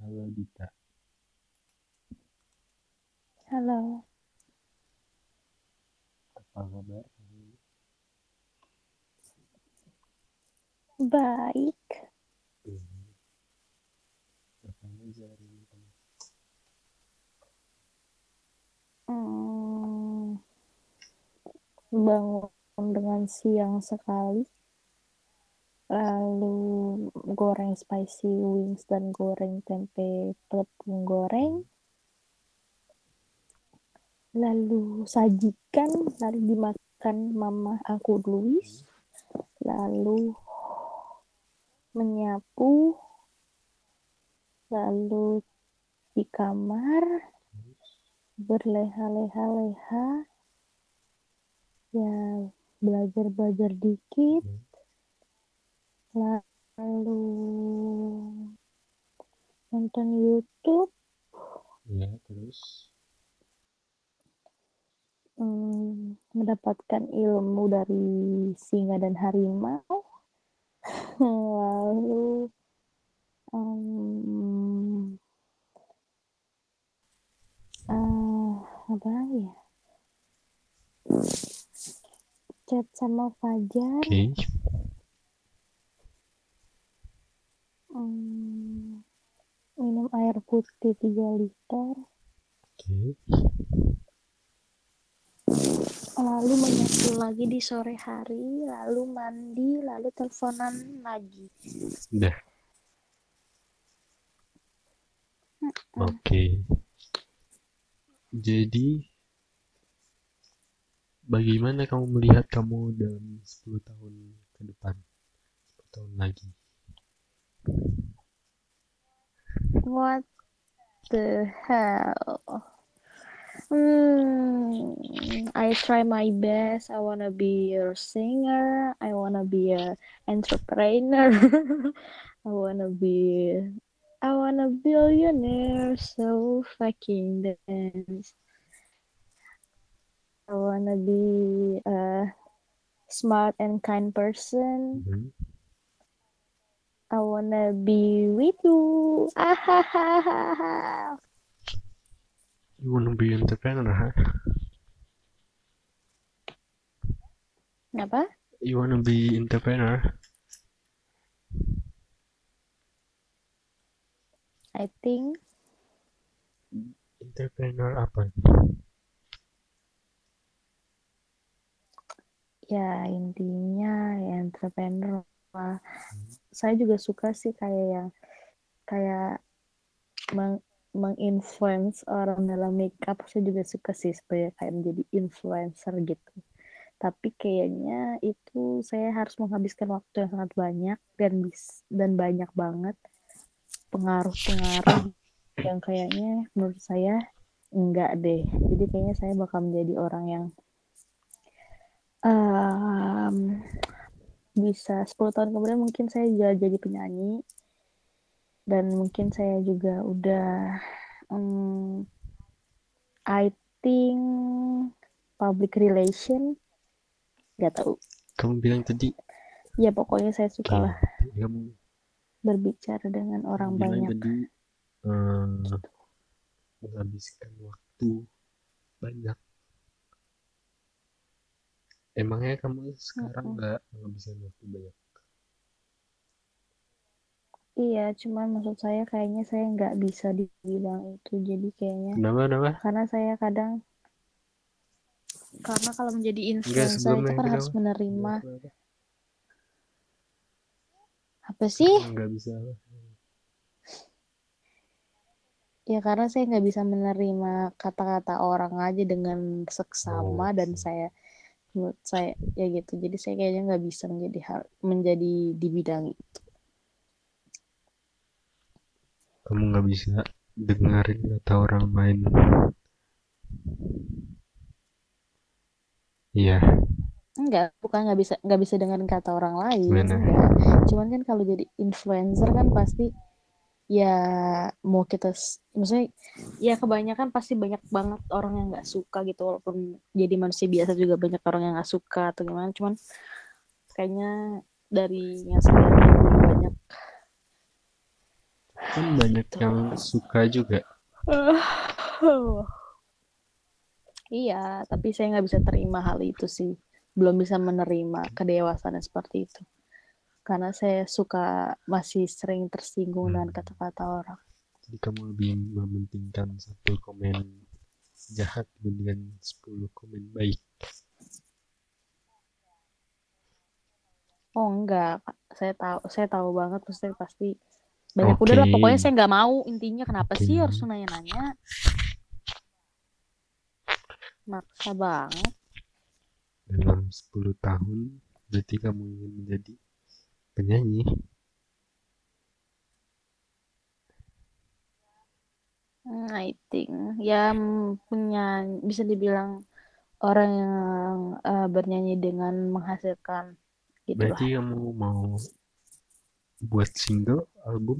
Halo Dita, Halo, apa kabar? baik. Ngapain aja hari ini kamu? Hmm, bangun dengan siang sekali, lalu goreng spicy wings dan goreng tempe tepung goreng, lalu sajikan, lalu dimakan mama aku Louis, lalu menyapu, lalu di kamar berleha-leha-leha, ya belajar-belajar dikit, lalu nonton YouTube, Ya, terus mendapatkan ilmu dari singa dan harimau, lalu um, apa lagi ya? Chat sama Fajar, oke. um, minum air putih 3 liter, Oke. lalu menyapu lagi di sore hari, lalu mandi, lalu teleponan lagi. Udah. Oke. Jadi, bagaimana kamu melihat kamu dalam 10 tahun ke depan? 10 tahun lagi. What the hell? I try my best. I wanna be a singer. I wanna be a entrepreneur. I wanna be I wanna billionaire so fucking dance. I wanna be a smart and kind person. Hmm. I wanna be with you. Ah. You wanna be entrepreneur, huh? Kenapa? You wanna be entrepreneur? I think Entrepreneur apa? ya intinya ya entrepreneur lah. Saya juga suka sih kayak menginfluence orang dalam makeup. Saya juga suka sih sebenarnya kayak menjadi influencer gitu. Tapi kayaknya itu saya harus menghabiskan waktu yang sangat banyak dan banyak banget pengaruh-pengaruh yang kayaknya menurut saya enggak deh. Jadi kayaknya saya bakal menjadi orang yang um, bisa 10 tahun kemudian mungkin saya jadi penyanyi dan mungkin saya juga udah I think public relation, nggak tahu. Kamu bilang tadi, Ya pokoknya saya oke, sukalah kamu berbicara dengan kamu orang bilang banyak tadi gitu. menghabiskan waktu banyak. Emangnya kamu sekarang Mm-mm. nggak menghabiskan waktu banyak? Iya, cuman maksud saya kayaknya saya nggak bisa di bidang itu. Jadi kayaknya Kenapa, kenapa? karena saya kadang karena kalau menjadi Enggak, influencer itu sebelumnya kan harus kenapa? menerima Kenapa, kenapa? apa sih? Karena nggak bisa apa? Ya karena saya nggak bisa menerima kata-kata orang aja dengan seksama Oh, dan oke. menurut saya ya gitu. Jadi saya kayaknya nggak bisa menjadi di bidang itu. Kamu nggak bisa dengerin kata orang lain. Iya, Bukan nggak bisa dengerin kata orang lain, gimana? enggak. Cuman kan kalau jadi influencer kan pasti ya mau maksudnya ya kebanyakan pasti banyak banget orang yang nggak suka gitu walaupun jadi manusia biasa juga banyak orang yang nggak suka atau gimana. Cuman kayaknya dari yang sekian ribu banyak Kan banyak yang suka juga. Iya, tapi saya nggak bisa terima hal itu sih. Belum bisa menerima kedewasaan seperti itu. Karena saya suka masih sering tersinggung dengan kata-kata orang. Jadi kamu lebih mementingkan satu komen jahat dibandingkan 10 komen baik. Oh enggak, Kak. Saya tahu banget, maksudnya pasti banyak. Oke. Udahlah, pokoknya saya nggak mau. Intinya kenapa Oke. sih harus nanya-nanya? Maksa banget. Dalam 10 tahun berarti kamu ingin menjadi penyanyi. I think ya punya, bisa dibilang orang yang bernyanyi dengan menghasilkan gitulah. Berarti kamu mau buat single, album?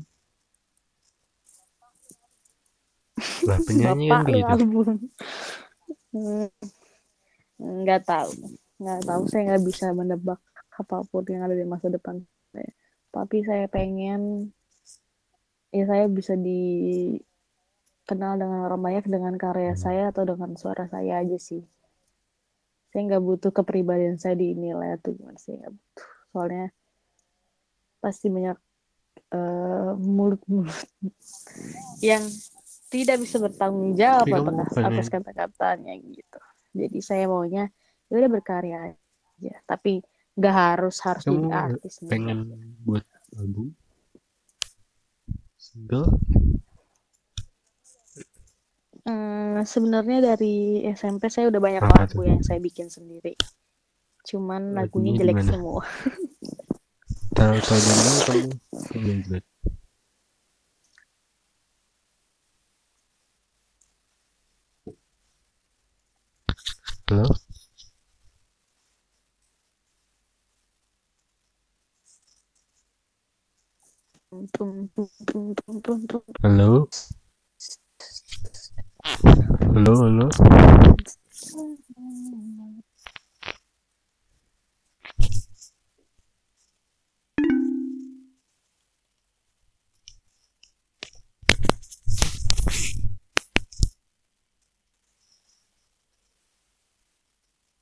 Lah penyanyi kan Bapak lu begitu. album. Hmm, nggak tahu, nggak tahu, saya nggak bisa menebak apapun yang ada di masa depan saya. Tapi saya pengen ya saya bisa dikenal dengan orang banyak dengan karya saya atau dengan suara saya aja sih. Saya nggak butuh kepribadian saya dinilai atau gimana, sih nggak butuh. Soalnya pasti banyak mulut-mulut yang tidak bisa bertanggung jawab Tapi kamu atas pengen kata-katanya gitu. Jadi saya maunya ya udah berkarya aja, tapi nggak harus kamu jadi artis nih. pengen buat album, single? Sebenarnya dari SMP saya udah banyak Apa lagu tuh? yang saya bikin sendiri. Cuman lagunya Lagunya jelek gimana? semua. Tahu dulu kamu yang jelek. Halo? Halo? Halo, halo?